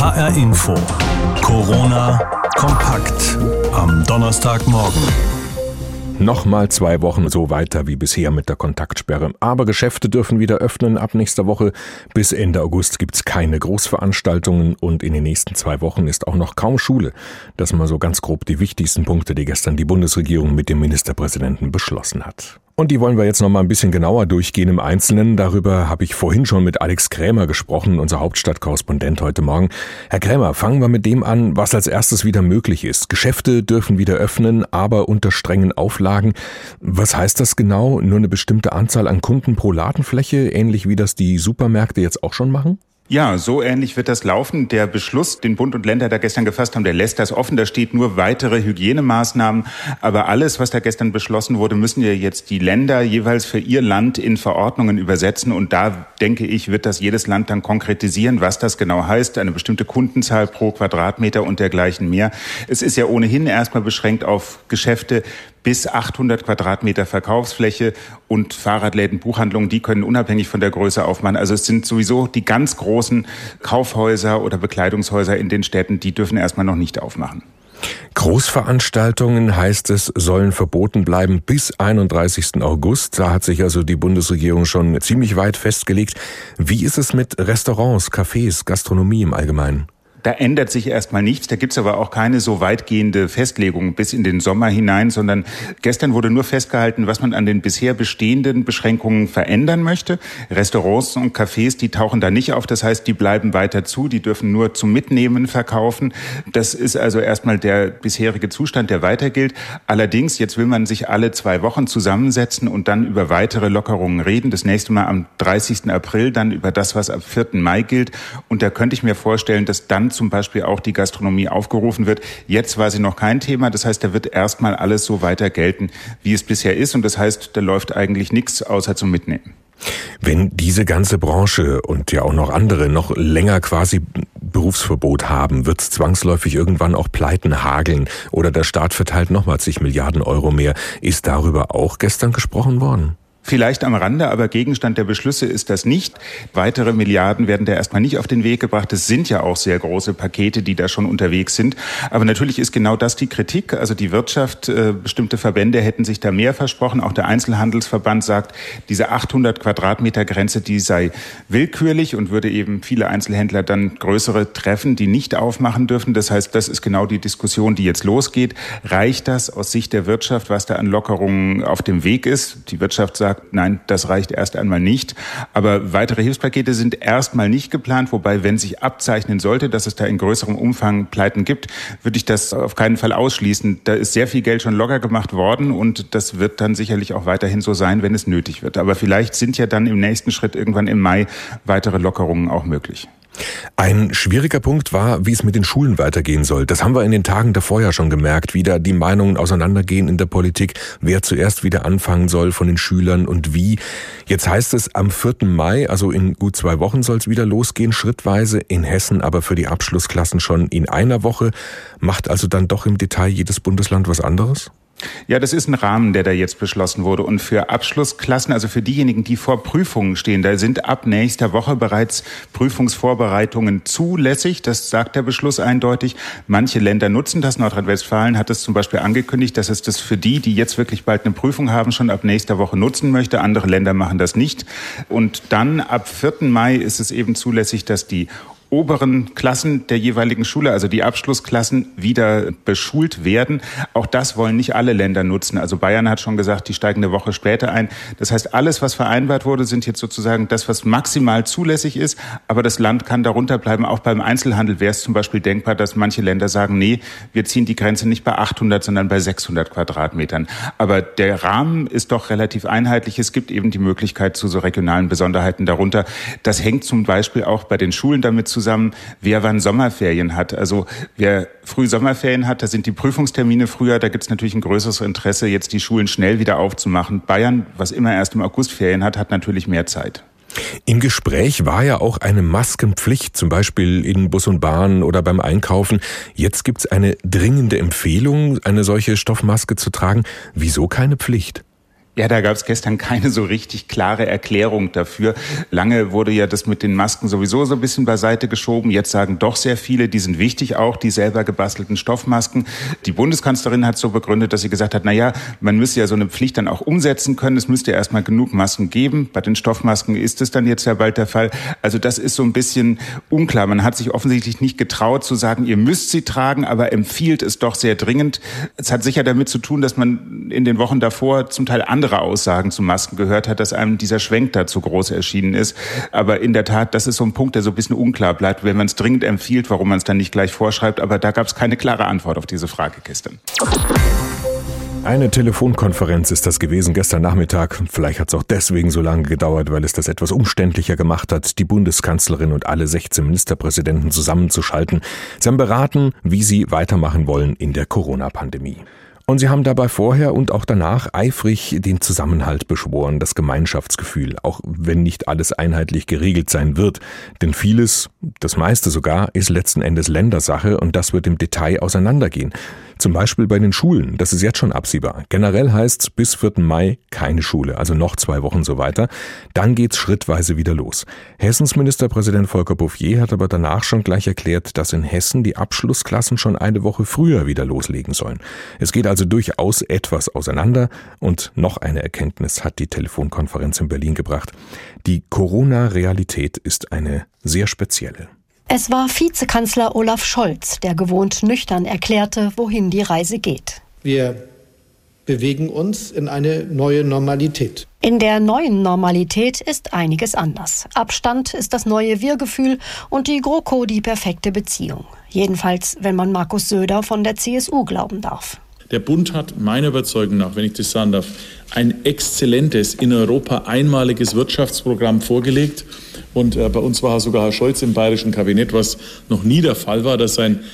HR Info. Corona kompakt am Donnerstagmorgen. Nochmal 2 Wochen so weiter wie bisher mit der Kontaktsperre. Aber Geschäfte dürfen wieder öffnen ab nächster Woche. Bis Ende August gibt's keine Großveranstaltungen und in den nächsten 2 Wochen ist auch noch kaum Schule. Das mal so ganz grob die wichtigsten Punkte, die gestern die Bundesregierung mit dem Ministerpräsidenten beschlossen hat. Und die wollen wir jetzt noch mal ein bisschen genauer durchgehen im Einzelnen. Darüber habe ich vorhin schon mit Alex Krämer gesprochen, unser Hauptstadtkorrespondent heute Morgen. Herr Krämer, fangen wir mit dem an, was als erstes wieder möglich ist. Geschäfte dürfen wieder öffnen, aber unter strengen Auflagen. Was heißt das genau? Nur eine bestimmte Anzahl an Kunden pro Ladenfläche, ähnlich wie das die Supermärkte jetzt auch schon machen? Ja, so ähnlich wird das laufen. Der Beschluss, den Bund und Länder da gestern gefasst haben, der lässt das offen. Da steht nur weitere Hygienemaßnahmen. Aber alles, was da gestern beschlossen wurde, müssen ja jetzt die Länder jeweils für ihr Land in Verordnungen übersetzen. Und da, denke ich, wird das jedes Land dann konkretisieren, was das genau heißt. Eine bestimmte Kundenzahl pro Quadratmeter und dergleichen mehr. Es ist ja ohnehin erstmal beschränkt auf Geschäfte bis 800 Quadratmeter Verkaufsfläche und Fahrradläden, Buchhandlungen, die können unabhängig von der Größe aufmachen. Also es sind sowieso die ganz großen Kaufhäuser oder Bekleidungshäuser in den Städten, die dürfen erstmal noch nicht aufmachen. Großveranstaltungen, heißt es, sollen verboten bleiben bis 31. August. Da hat sich also die Bundesregierung schon ziemlich weit festgelegt. Wie ist es mit Restaurants, Cafés, Gastronomie im Allgemeinen? Da ändert sich erstmal nichts. Da gibt's aber auch keine so weitgehende Festlegung bis in den Sommer hinein, sondern gestern wurde nur festgehalten, was man an den bisher bestehenden Beschränkungen verändern möchte. Restaurants und Cafés, die tauchen da nicht auf. Das heißt, die bleiben weiter zu. Die dürfen nur zum Mitnehmen verkaufen. Das ist also erstmal der bisherige Zustand, der weiter gilt. Allerdings, jetzt will man sich alle 2 Wochen zusammensetzen und dann über weitere Lockerungen reden. Das nächste Mal am 30. April, dann über das, was ab 4. Mai gilt. Und da könnte ich mir vorstellen, dass dann zum Beispiel auch die Gastronomie aufgerufen wird. Jetzt war sie noch kein Thema. Das heißt, da wird erstmal alles so weiter gelten, wie es bisher ist. Und das heißt, da läuft eigentlich nichts außer zum Mitnehmen. Wenn diese ganze Branche und ja auch noch andere noch länger quasi Berufsverbot haben, wird es zwangsläufig irgendwann auch Pleiten hageln oder der Staat verteilt nochmal zig Milliarden Euro mehr. Ist darüber auch gestern gesprochen worden? Vielleicht am Rande, aber Gegenstand der Beschlüsse ist das nicht. Weitere Milliarden werden da erstmal nicht auf den Weg gebracht. Es sind ja auch sehr große Pakete, die da schon unterwegs sind. Aber natürlich ist genau das die Kritik. Also die Wirtschaft, bestimmte Verbände hätten sich da mehr versprochen. Auch der Einzelhandelsverband sagt, diese 800 Quadratmeter Grenze, die sei willkürlich und würde eben viele Einzelhändler dann größere treffen, die nicht aufmachen dürfen. Das heißt, das ist genau die Diskussion, die jetzt losgeht. Reicht das aus Sicht der Wirtschaft, was da an Lockerungen auf dem Weg ist? Die Wirtschaft sagt, nein, das reicht erst einmal nicht. Aber weitere Hilfspakete sind erstmal nicht geplant. Wobei, wenn sich abzeichnen sollte, dass es da in größerem Umfang Pleiten gibt, würde ich das auf keinen Fall ausschließen. Da ist sehr viel Geld schon locker gemacht worden und das wird dann sicherlich auch weiterhin so sein, wenn es nötig wird. Aber vielleicht sind ja dann im nächsten Schritt irgendwann im Mai weitere Lockerungen auch möglich. Ein schwieriger Punkt war, wie es mit den Schulen weitergehen soll. Das haben wir in den Tagen davor ja schon gemerkt, wie da die Meinungen auseinandergehen in der Politik, wer zuerst wieder anfangen soll von den Schülern und wie. Jetzt heißt es, am 4. Mai, also in gut 2 Wochen soll es wieder losgehen, schrittweise, in Hessen aber für die Abschlussklassen schon in einer Woche. Macht also dann doch im Detail jedes Bundesland was anderes? Ja, das ist ein Rahmen, der da jetzt beschlossen wurde. Und für Abschlussklassen, also für diejenigen, die vor Prüfungen stehen, da sind ab nächster Woche bereits Prüfungsvorbereitungen zulässig. Das sagt der Beschluss eindeutig. Manche Länder nutzen das. Nordrhein-Westfalen hat es zum Beispiel angekündigt, dass es das für die jetzt wirklich bald eine Prüfung haben, schon ab nächster Woche nutzen möchte. Andere Länder machen das nicht. Und dann ab 4. Mai ist es eben zulässig, dass die oberen Klassen der jeweiligen Schule, also die Abschlussklassen, wieder beschult werden. Auch das wollen nicht alle Länder nutzen. Also Bayern hat schon gesagt, die steigen eine Woche später ein. Das heißt, alles, was vereinbart wurde, sind jetzt sozusagen das, was maximal zulässig ist. Aber das Land kann darunter bleiben. Auch beim Einzelhandel wäre es zum Beispiel denkbar, dass manche Länder sagen, nee, wir ziehen die Grenze nicht bei 800, sondern bei 600 Quadratmetern. Aber der Rahmen ist doch relativ einheitlich. Es gibt eben die Möglichkeit zu so regionalen Besonderheiten darunter. Das hängt zum Beispiel auch bei den Schulen damit zusammen, wer wann Sommerferien hat. Also wer früh Sommerferien hat, da sind die Prüfungstermine früher, da gibt es natürlich ein größeres Interesse, jetzt die Schulen schnell wieder aufzumachen. Bayern, was immer erst im August Ferien hat natürlich mehr Zeit. Im Gespräch war ja auch eine Maskenpflicht, zum Beispiel in Bus und Bahn oder beim Einkaufen. Jetzt gibt's eine dringende Empfehlung, eine solche Stoffmaske zu tragen. Wieso keine Pflicht? Ja, da gab es gestern keine so richtig klare Erklärung dafür. Lange wurde ja das mit den Masken sowieso so ein bisschen beiseite geschoben. Jetzt sagen doch sehr viele, die sind wichtig, auch die selber gebastelten Stoffmasken. Die Bundeskanzlerin hat so begründet, dass sie gesagt hat, man müsse ja so eine Pflicht dann auch umsetzen können. Es müsste ja erstmal genug Masken geben. Bei den Stoffmasken ist es dann jetzt ja bald der Fall. Also das ist so ein bisschen unklar. Man hat sich offensichtlich nicht getraut zu sagen, ihr müsst sie tragen, aber empfiehlt es doch sehr dringend. Es hat sicher damit zu tun, dass man in den Wochen davor zum Teil andere Aussagen zu Masken gehört hat, dass einem dieser Schwenk da zu groß erschienen ist. Aber in der Tat, das ist so ein Punkt, der so ein bisschen unklar bleibt, wenn man es dringend empfiehlt, warum man es dann nicht gleich vorschreibt. Aber da gab es keine klare Antwort auf diese Frage gestern. Eine Telefonkonferenz ist das gewesen gestern Nachmittag. Vielleicht hat es auch deswegen so lange gedauert, weil es das etwas umständlicher gemacht hat, die Bundeskanzlerin und alle 16 Ministerpräsidenten zusammenzuschalten. Sie haben beraten, wie sie weitermachen wollen in der Corona-Pandemie. Und sie haben dabei vorher und auch danach eifrig den Zusammenhalt beschworen, das Gemeinschaftsgefühl, auch wenn nicht alles einheitlich geregelt sein wird. Denn vieles, das meiste sogar, ist letzten Endes Ländersache und das wird im Detail auseinandergehen. Zum Beispiel bei den Schulen, das ist jetzt schon absehbar. Generell heißt's bis 4. Mai keine Schule, also noch 2 Wochen so weiter. Dann geht's schrittweise wieder los. Hessens Ministerpräsident Volker Bouffier hat aber danach schon gleich erklärt, dass in Hessen die Abschlussklassen schon eine Woche früher wieder loslegen sollen. Es geht also durchaus etwas auseinander und noch eine Erkenntnis hat die Telefonkonferenz in Berlin gebracht. Die Corona-Realität ist eine sehr spezielle. Es war Vizekanzler Olaf Scholz, der gewohnt nüchtern erklärte, wohin die Reise geht. Wir bewegen uns in eine neue Normalität. In der neuen Normalität ist einiges anders. Abstand ist das neue Wir-Gefühl und die GroKo die perfekte Beziehung. Jedenfalls, wenn man Markus Söder von der CSU glauben darf. Der Bund hat meiner Überzeugung nach, wenn ich das sagen darf, ein exzellentes, in Europa einmaliges Wirtschaftsprogramm vorgelegt. Und bei uns war sogar Herr Scholz im bayerischen Kabinett, was noch nie der Fall war, dass ein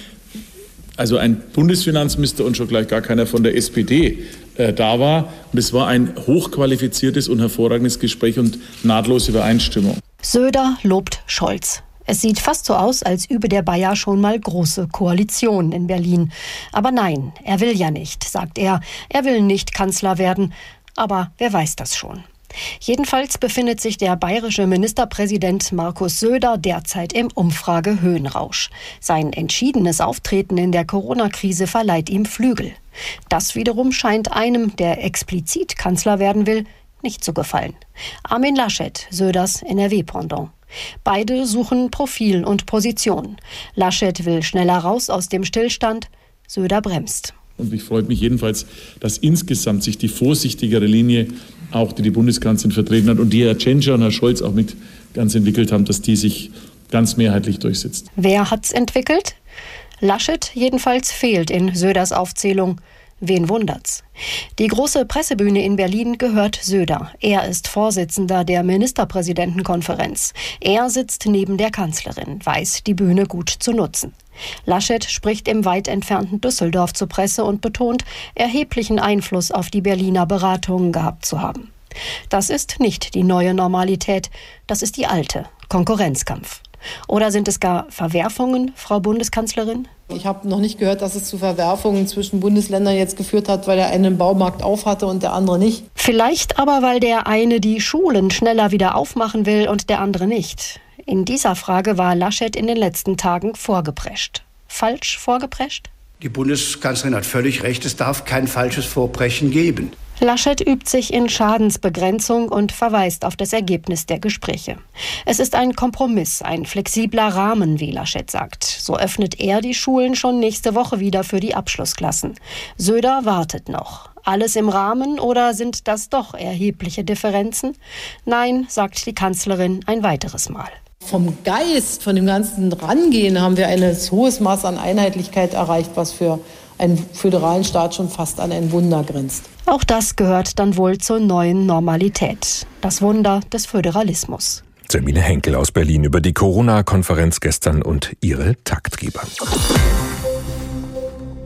Bundesfinanzminister und schon gleich gar keiner von der SPD da war. Und es war ein hochqualifiziertes und hervorragendes Gespräch und nahtlose Übereinstimmung. Söder lobt Scholz. Es sieht fast so aus, als übe der Bayer schon mal große Koalitionen in Berlin. Aber nein, er will ja nicht, sagt er. Er will nicht Kanzler werden. Aber wer weiß das schon. Jedenfalls befindet sich der bayerische Ministerpräsident Markus Söder derzeit im Umfragehöhenrausch. Sein entschiedenes Auftreten in der Corona-Krise verleiht ihm Flügel. Das wiederum scheint einem, der explizit Kanzler werden will, nicht zu gefallen. Armin Laschet, Söders NRW-Pendant. Beide suchen Profil und Position. Laschet will schneller raus aus dem Stillstand, Söder bremst. Und ich freue mich jedenfalls, dass insgesamt sich die vorsichtigere Linie, auch die Bundeskanzlerin vertreten hat und die Herr Tschentscher und Herr Scholz auch mit ganz entwickelt haben, dass die sich ganz mehrheitlich durchsetzt. Wer hat's entwickelt? Laschet jedenfalls fehlt in Söders Aufzählung. Wen wundert's? Die große Pressebühne in Berlin gehört Söder. Er ist Vorsitzender der Ministerpräsidentenkonferenz. Er sitzt neben der Kanzlerin, weiß die Bühne gut zu nutzen. Laschet spricht im weit entfernten Düsseldorf zur Presse und betont, erheblichen Einfluss auf die Berliner Beratungen gehabt zu haben. Das ist nicht die neue Normalität, das ist die alte, Konkurrenzkampf. Oder sind es gar Verwerfungen, Frau Bundeskanzlerin? Ich habe noch nicht gehört, dass es zu Verwerfungen zwischen Bundesländern jetzt geführt hat, weil der eine einen Baumarkt auf hatte und der andere nicht. Vielleicht aber, weil der eine die Schulen schneller wieder aufmachen will und der andere nicht. In dieser Frage war Laschet in den letzten Tagen vorgeprescht. Falsch vorgeprescht? Die Bundeskanzlerin hat völlig recht, es darf kein falsches Vorpreschen geben. Laschet übt sich in Schadensbegrenzung und verweist auf das Ergebnis der Gespräche. Es ist ein Kompromiss, ein flexibler Rahmen, wie Laschet sagt. So öffnet er die Schulen schon nächste Woche wieder für die Abschlussklassen. Söder wartet noch. Alles im Rahmen oder sind das doch erhebliche Differenzen? Nein, sagt die Kanzlerin ein weiteres Mal. Vom Geist, von dem ganzen Rangehen haben wir ein hohes Maß an Einheitlichkeit erreicht, was für einen föderalen Staat schon fast an ein Wunder grenzt. Auch das gehört dann wohl zur neuen Normalität. Das Wunder des Föderalismus. Sabine Henkel aus Berlin über die Corona-Konferenz gestern und ihre Taktgeber.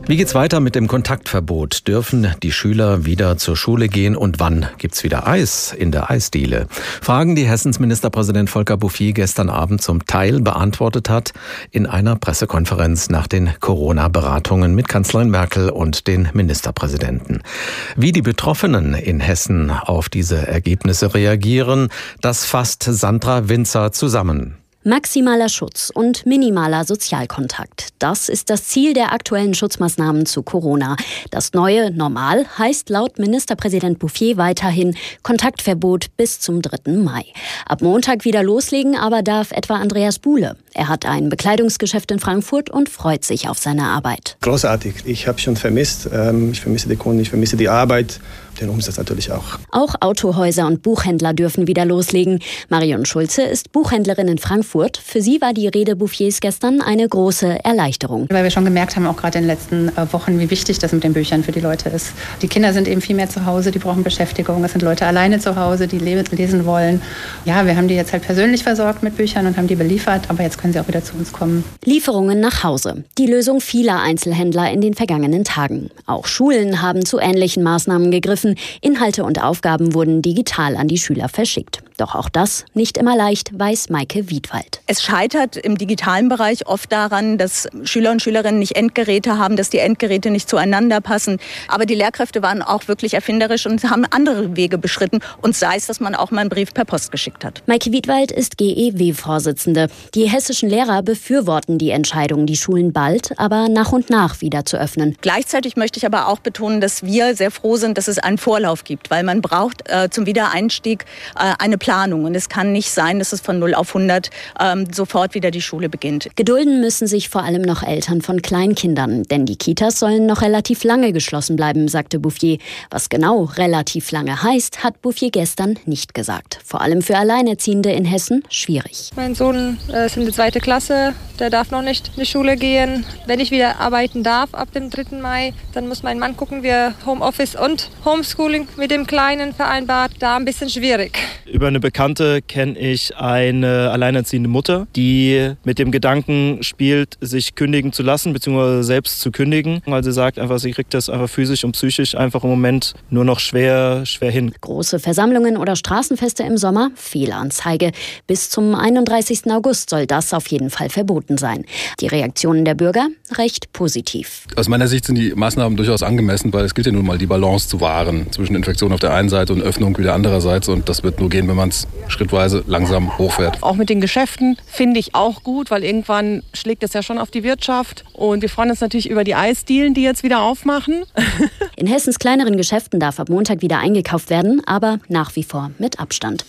Wie geht's weiter mit dem Kontaktverbot? Dürfen die Schüler wieder zur Schule gehen und wann gibt's wieder Eis in der Eisdiele? Fragen, die Hessens Ministerpräsident Volker Bouffier gestern Abend zum Teil beantwortet hat in einer Pressekonferenz nach den Corona-Beratungen mit Kanzlerin Merkel und den Ministerpräsidenten. Wie die Betroffenen in Hessen auf diese Ergebnisse reagieren, das fasst Sandra Winzer zusammen. Maximaler Schutz und minimaler Sozialkontakt. Das ist das Ziel der aktuellen Schutzmaßnahmen zu Corona. Das neue Normal heißt laut Ministerpräsident Bouffier weiterhin Kontaktverbot bis zum 3. Mai. Ab Montag wieder loslegen, aber darf etwa Andreas Buhle. Er hat ein Bekleidungsgeschäft in Frankfurt und freut sich auf seine Arbeit. Großartig. Ich habe schon vermisst. Ich vermisse die Kunden, ich vermisse die Arbeit. Den Umsatz natürlich auch. Auch Autohäuser und Buchhändler dürfen wieder loslegen. Marion Schulze ist Buchhändlerin in Frankfurt. Für sie war die Rede Bouffiers gestern eine große Erleichterung. Weil wir schon gemerkt haben, auch gerade in den letzten Wochen, wie wichtig das mit den Büchern für die Leute ist. Die Kinder sind eben viel mehr zu Hause, die brauchen Beschäftigung. Es sind Leute alleine zu Hause, die lesen wollen. Ja, wir haben die jetzt halt persönlich versorgt mit Büchern und haben die beliefert, aber jetzt können sie auch wieder zu uns kommen. Lieferungen nach Hause. Die Lösung vieler Einzelhändler in den vergangenen Tagen. Auch Schulen haben zu ähnlichen Maßnahmen gegriffen. Inhalte und Aufgaben wurden digital an die Schüler verschickt. Doch auch das nicht immer leicht, weiß Maike Wiedwald. Es scheitert im digitalen Bereich oft daran, dass Schüler und Schülerinnen nicht Endgeräte haben, dass die Endgeräte nicht zueinander passen. Aber die Lehrkräfte waren auch wirklich erfinderisch und haben andere Wege beschritten. Und sei es, dass man auch mal einen Brief per Post geschickt hat. Maike Wiedwald ist GEW-Vorsitzende. Die hessischen Lehrer befürworten die Entscheidung, die Schulen bald, aber nach und nach wieder zu öffnen. Gleichzeitig möchte ich aber auch betonen, dass wir sehr froh sind, dass es einen Vorlauf gibt. Weil man braucht zum Wiedereinstieg eine Planung. Und es kann nicht sein, dass es von 0 auf 100 sofort wieder die Schule beginnt. Gedulden müssen sich vor allem noch Eltern von Kleinkindern. Denn die Kitas sollen noch relativ lange geschlossen bleiben, sagte Bouffier. Was genau relativ lange heißt, hat Bouffier gestern nicht gesagt. Vor allem für Alleinerziehende in Hessen schwierig. Mein Sohn ist in der 2. Klasse, der darf noch nicht in die Schule gehen. Wenn ich wieder arbeiten darf ab dem 3. Mai, dann muss mein Mann gucken, wie er Homeoffice und Homeschooling mit dem Kleinen vereinbart. Da ein bisschen schwierig. Über eine Bekannte kenne ich eine alleinerziehende Mutter, die mit dem Gedanken spielt, sich kündigen zu lassen, beziehungsweise selbst zu kündigen. Weil sie sagt einfach, sie kriegt das einfach physisch und psychisch einfach im Moment nur noch schwer hin. Große Versammlungen oder Straßenfeste im Sommer? Fehlanzeige. Bis zum 31. August soll das auf jeden Fall verboten sein. Die Reaktionen der Bürger? Recht positiv. Aus meiner Sicht sind die Maßnahmen durchaus angemessen, weil es gilt ja nun mal, die Balance zu wahren zwischen Infektion auf der einen Seite und Öffnung wieder andererseits. Und das wird nur gehen, wenn man es schrittweise langsam hochfährt. Auch mit den Geschäften finde ich auch gut, weil irgendwann schlägt es ja schon auf die Wirtschaft. Und wir freuen uns natürlich über die Eisdielen, die jetzt wieder aufmachen. In Hessens kleineren Geschäften darf ab Montag wieder eingekauft werden, aber nach wie vor mit Abstand.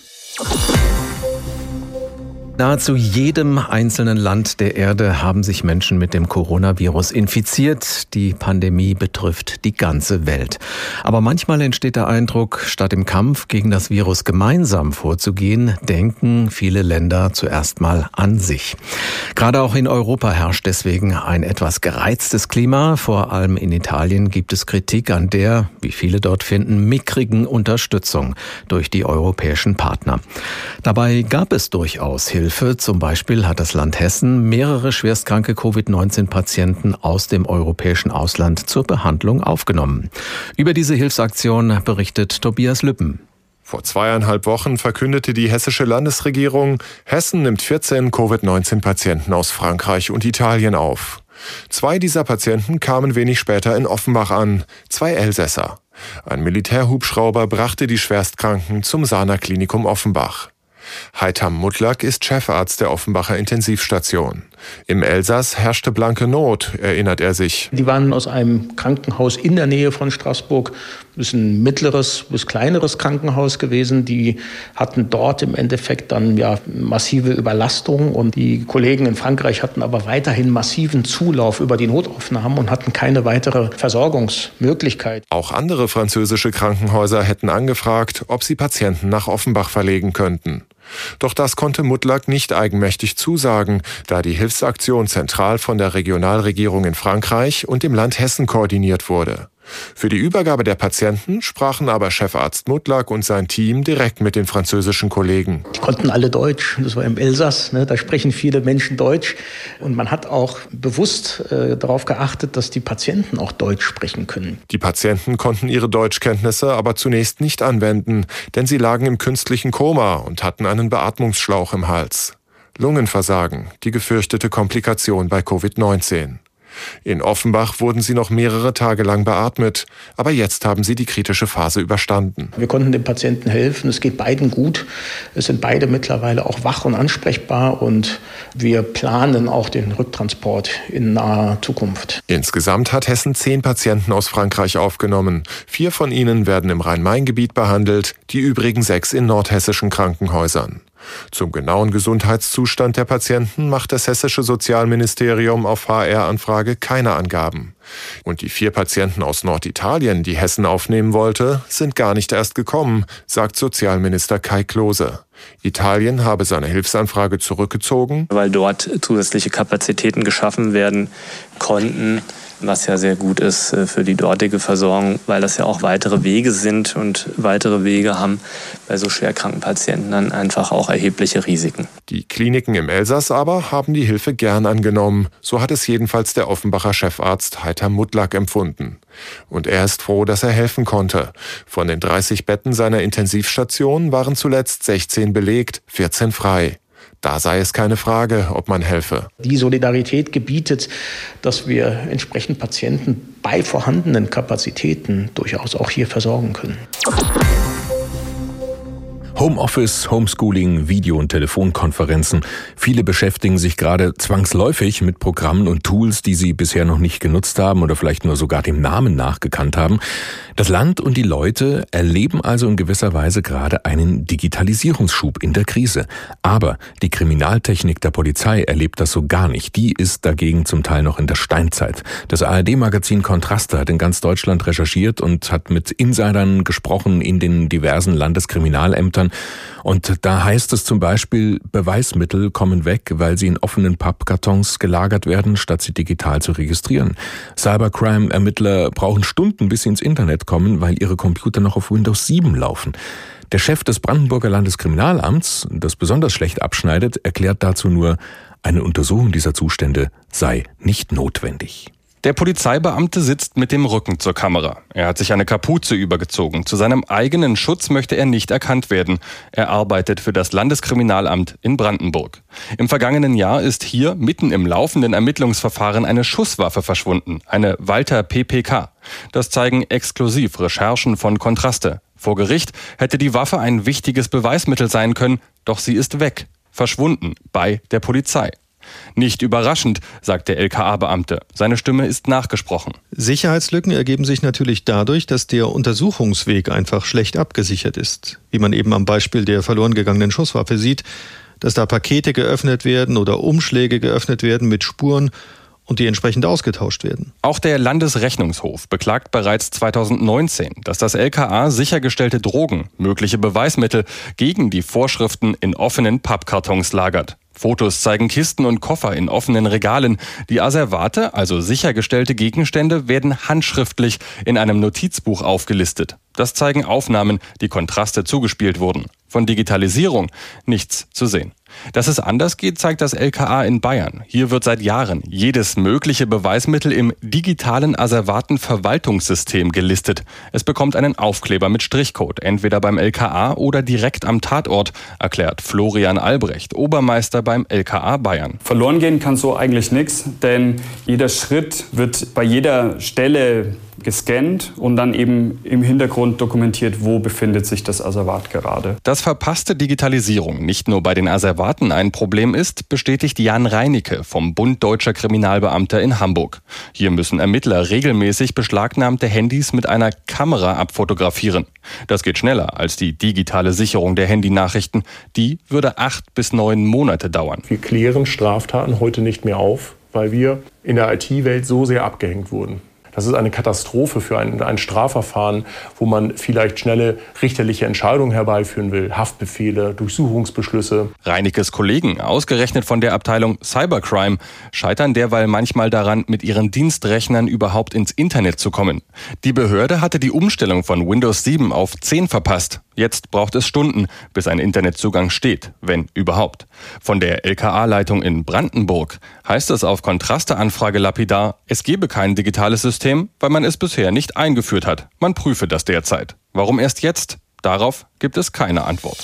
Nahezu jedem einzelnen Land der Erde haben sich Menschen mit dem Coronavirus infiziert. Die Pandemie betrifft die ganze Welt. Aber manchmal entsteht der Eindruck, statt im Kampf gegen das Virus gemeinsam vorzugehen, denken viele Länder zuerst mal an sich. Gerade auch in Europa herrscht deswegen ein etwas gereiztes Klima. Vor allem in Italien gibt es Kritik an der, wie viele dort finden, mickrigen Unterstützung durch die europäischen Partner. Dabei gab es durchaus Hilfe. Zum Beispiel hat das Land Hessen mehrere schwerstkranke Covid-19-Patienten aus dem europäischen Ausland zur Behandlung aufgenommen. Über diese Hilfsaktion berichtet Tobias Lüppen. Vor 2,5 Wochen verkündete die hessische Landesregierung, Hessen nimmt 14 Covid-19-Patienten aus Frankreich und Italien auf. 2 dieser Patienten kamen wenig später in Offenbach an, 2 Elsässer. Ein Militärhubschrauber brachte die Schwerstkranken zum Sana Klinikum Offenbach. Heitam Mutlak ist Chefarzt der Offenbacher Intensivstation. Im Elsass herrschte blanke Not, erinnert er sich. Die waren aus einem Krankenhaus in der Nähe von Straßburg. Das ist ein mittleres bis kleineres Krankenhaus gewesen. Die hatten dort im Endeffekt dann massive Überlastung. Und die Kollegen in Frankreich hatten aber weiterhin massiven Zulauf über die Notaufnahmen und hatten keine weitere Versorgungsmöglichkeit. Auch andere französische Krankenhäuser hätten angefragt, ob sie Patienten nach Offenbach verlegen könnten. Doch das konnte Mutlak nicht eigenmächtig zusagen, da die Hilfsaktion zentral von der Regionalregierung in Frankreich und dem Land Hessen koordiniert wurde. Für die Übergabe der Patienten sprachen aber Chefarzt Mutlak und sein Team direkt mit den französischen Kollegen. Die konnten alle Deutsch, das war im Elsass, da sprechen viele Menschen Deutsch. Und man hat auch bewusst darauf geachtet, dass die Patienten auch Deutsch sprechen können. Die Patienten konnten ihre Deutschkenntnisse aber zunächst nicht anwenden, denn sie lagen im künstlichen Koma und hatten einen Beatmungsschlauch im Hals. Lungenversagen, die gefürchtete Komplikation bei Covid-19. In Offenbach wurden sie noch mehrere Tage lang beatmet, aber jetzt haben sie die kritische Phase überstanden. Wir konnten den Patienten helfen, es geht beiden gut. Es sind beide mittlerweile auch wach und ansprechbar und wir planen auch den Rücktransport in naher Zukunft. Insgesamt hat Hessen 10 Patienten aus Frankreich aufgenommen. 4 von ihnen werden im Rhein-Main-Gebiet behandelt, die übrigen 6 in nordhessischen Krankenhäusern. Zum genauen Gesundheitszustand der Patienten macht das hessische Sozialministerium auf HR-Anfrage keine Angaben. Und die 4 Patienten aus Norditalien, die Hessen aufnehmen wollte, sind gar nicht erst gekommen, sagt Sozialminister Kai Klose. Italien habe seine Hilfsanfrage zurückgezogen, weil dort zusätzliche Kapazitäten geschaffen werden konnten, was ja sehr gut ist für die dortige Versorgung, weil das ja auch weitere Wege sind und weitere Wege haben bei so schwerkranken Patienten dann einfach auch erhebliche Risiken. Die Kliniken im Elsass aber haben die Hilfe gern angenommen. So hat es jedenfalls der Offenbacher Chefarzt Heiter Mutlak empfunden. Und er ist froh, dass er helfen konnte. Von den 30 Betten seiner Intensivstation waren zuletzt 16 belegt, 14 frei. Da sei es keine Frage, ob man helfe. Die Solidarität gebietet, dass wir entsprechend Patienten bei vorhandenen Kapazitäten durchaus auch hier versorgen können. Homeoffice, Homeschooling, Video- und Telefonkonferenzen. Viele beschäftigen sich gerade zwangsläufig mit Programmen und Tools, die sie bisher noch nicht genutzt haben oder vielleicht nur sogar dem Namen nachgekannt haben. Das Land und die Leute erleben also in gewisser Weise gerade einen Digitalisierungsschub in der Krise. Aber die Kriminaltechnik der Polizei erlebt das so gar nicht. Die ist dagegen zum Teil noch in der Steinzeit. Das ARD-Magazin Kontraste hat in ganz Deutschland recherchiert und hat mit Insidern gesprochen in den diversen Landeskriminalämtern. Und da heißt es zum Beispiel, Beweismittel kommen weg, weil sie in offenen Pappkartons gelagert werden, statt sie digital zu registrieren. Cybercrime-Ermittler brauchen Stunden, bis sie ins Internet kommen, weil ihre Computer noch auf Windows 7 laufen. Der Chef des Brandenburger Landeskriminalamts, das besonders schlecht abschneidet, erklärt dazu nur, eine Untersuchung dieser Zustände sei nicht notwendig. Der Polizeibeamte sitzt mit dem Rücken zur Kamera. Er hat sich eine Kapuze übergezogen. Zu seinem eigenen Schutz möchte er nicht erkannt werden. Er arbeitet für das Landeskriminalamt in Brandenburg. Im vergangenen Jahr ist hier mitten im laufenden Ermittlungsverfahren eine Schusswaffe verschwunden, eine Walther PPK. Das zeigen exklusiv Recherchen von Kontraste. Vor Gericht hätte die Waffe ein wichtiges Beweismittel sein können, doch sie ist weg, verschwunden bei der Polizei. Nicht überraschend, sagt der LKA-Beamte. Seine Stimme ist nachgesprochen. Sicherheitslücken ergeben sich natürlich dadurch, dass der Untersuchungsweg einfach schlecht abgesichert ist. Wie man eben am Beispiel der verloren gegangenen Schusswaffe sieht, dass da Pakete geöffnet werden oder Umschläge geöffnet werden mit Spuren und die entsprechend ausgetauscht werden. Auch der Landesrechnungshof beklagt bereits 2019, dass das LKA sichergestellte Drogen, mögliche Beweismittel, gegen die Vorschriften in offenen Pappkartons lagert. Fotos zeigen Kisten und Koffer in offenen Regalen. Die Asservate, also sichergestellte Gegenstände, werden handschriftlich in einem Notizbuch aufgelistet. Das zeigen Aufnahmen, die Kontraste zugespielt wurden. Von Digitalisierung nichts zu sehen. Dass es anders geht, zeigt das LKA in Bayern. Hier wird seit Jahren jedes mögliche Beweismittel im digitalen Asservatenverwaltungssystem gelistet. Es bekommt einen Aufkleber mit Strichcode, entweder beim LKA oder direkt am Tatort, erklärt Florian Albrecht, Obermeister beim LKA Bayern. Verloren gehen kann so eigentlich nichts, denn jeder Schritt wird bei jeder Stelle gescannt und dann eben im Hintergrund dokumentiert, wo befindet sich das Asservat gerade. Dass verpasste Digitalisierung nicht nur bei den Asservaten ein Problem ist, bestätigt Jan Reinicke vom Bund Deutscher Kriminalbeamter in Hamburg. Hier müssen Ermittler regelmäßig beschlagnahmte Handys mit einer Kamera abfotografieren. Das geht schneller als die digitale Sicherung der Handynachrichten. Die würde 8 bis 9 Monate dauern. Wir klären Straftaten heute nicht mehr auf, weil wir in der IT-Welt so sehr abgehängt wurden. Das ist eine Katastrophe für ein Strafverfahren, wo man vielleicht schnelle richterliche Entscheidungen herbeiführen will, Haftbefehle, Durchsuchungsbeschlüsse. Reinekes Kollegen, ausgerechnet von der Abteilung Cybercrime, scheitern derweil manchmal daran, mit ihren Dienstrechnern überhaupt ins Internet zu kommen. Die Behörde hatte die Umstellung von Windows 7 auf 10 verpasst. Jetzt braucht es Stunden, bis ein Internetzugang steht, wenn überhaupt. Von der LKA-Leitung in Brandenburg heißt es auf Kontraste-Anfrage lapidar, es gebe kein digitales System, weil man es bisher nicht eingeführt hat. Man prüfe das derzeit. Warum erst jetzt? Darauf gibt es keine Antwort.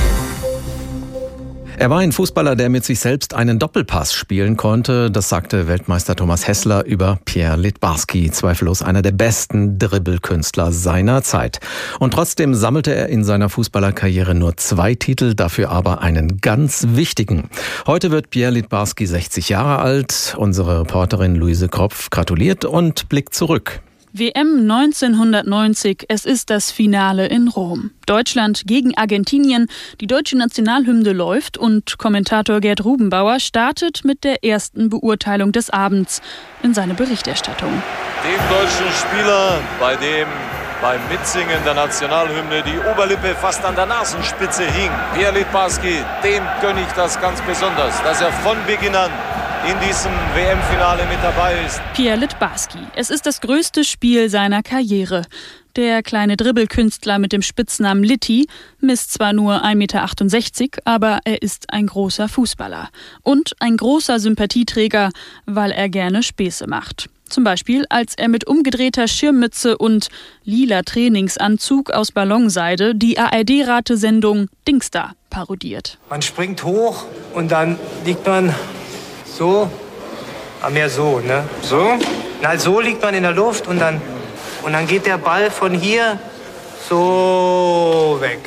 Er war ein Fußballer, der mit sich selbst einen Doppelpass spielen konnte. Das sagte Weltmeister Thomas Hässler über Pierre Littbarski, zweifellos einer der besten Dribbelkünstler seiner Zeit. Und trotzdem sammelte er in seiner Fußballerkarriere nur 2 Titel, dafür aber einen ganz wichtigen. Heute wird Pierre Littbarski 60 Jahre alt. Unsere Reporterin Luise Kropf gratuliert und blickt zurück. WM 1990, es ist das Finale in Rom. Deutschland gegen Argentinien, die deutsche Nationalhymne läuft und Kommentator Gerd Rubenbauer startet mit der ersten Beurteilung des Abends in seine Berichterstattung. Dem deutschen Spieler, bei dem beim Mitsingen der Nationalhymne die Oberlippe fast an der Nasenspitze hing, Pierre Littbarski, dem gönne ich das ganz besonders, dass er von Beginn an in diesem WM-Finale mit dabei ist. Pierre Littbarski. Es ist das größte Spiel seiner Karriere. Der kleine Dribbelkünstler mit dem Spitznamen Litti misst zwar nur 1,68 Meter, aber er ist ein großer Fußballer. Und ein großer Sympathieträger, weil er gerne Späße macht. Zum Beispiel, als er mit umgedrehter Schirmmütze und lila Trainingsanzug aus Ballonseide die ARD-Ratesendung Dingsda parodiert. Man springt hoch und dann liegt man so, mehr so, ne? So? Na, so liegt man in der Luft und dann geht der Ball von hier so weg.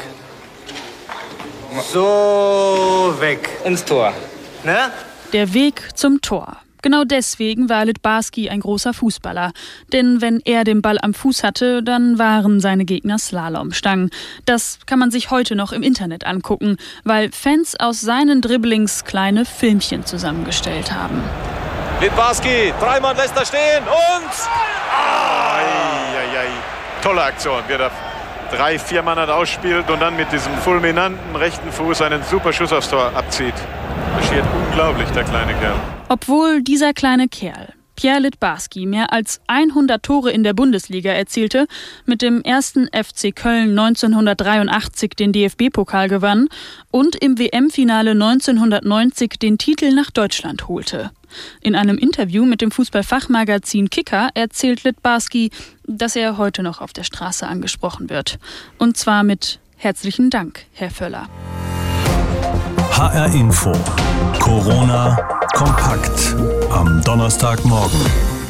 So weg. Ins Tor. Ne? Der Weg zum Tor. Genau deswegen war Littbarski ein großer Fußballer. Denn wenn er den Ball am Fuß hatte, dann waren seine Gegner Slalomstangen. Das kann man sich heute noch im Internet angucken, weil Fans aus seinen Dribblings kleine Filmchen zusammengestellt haben. Littbarski, 3 Mann lässt er stehen und... Tolle Aktion, wie er 3-4 Mann ausspielt und dann mit diesem fulminanten rechten Fuß einen super Schuss aufs Tor abzieht. Marschiert unglaublich, der kleine Kerl. Obwohl dieser kleine Kerl, Pierre Littbarski, mehr als 100 Tore in der Bundesliga erzielte, mit dem ersten FC Köln 1983 den DFB-Pokal gewann und im WM-Finale 1990 den Titel nach Deutschland holte. In einem Interview mit dem Fußballfachmagazin Kicker erzählt Littbarski, dass er heute noch auf der Straße angesprochen wird. Und zwar mit herzlichen Dank, Herr Völler. HR Info. Corona kompakt am Donnerstagmorgen.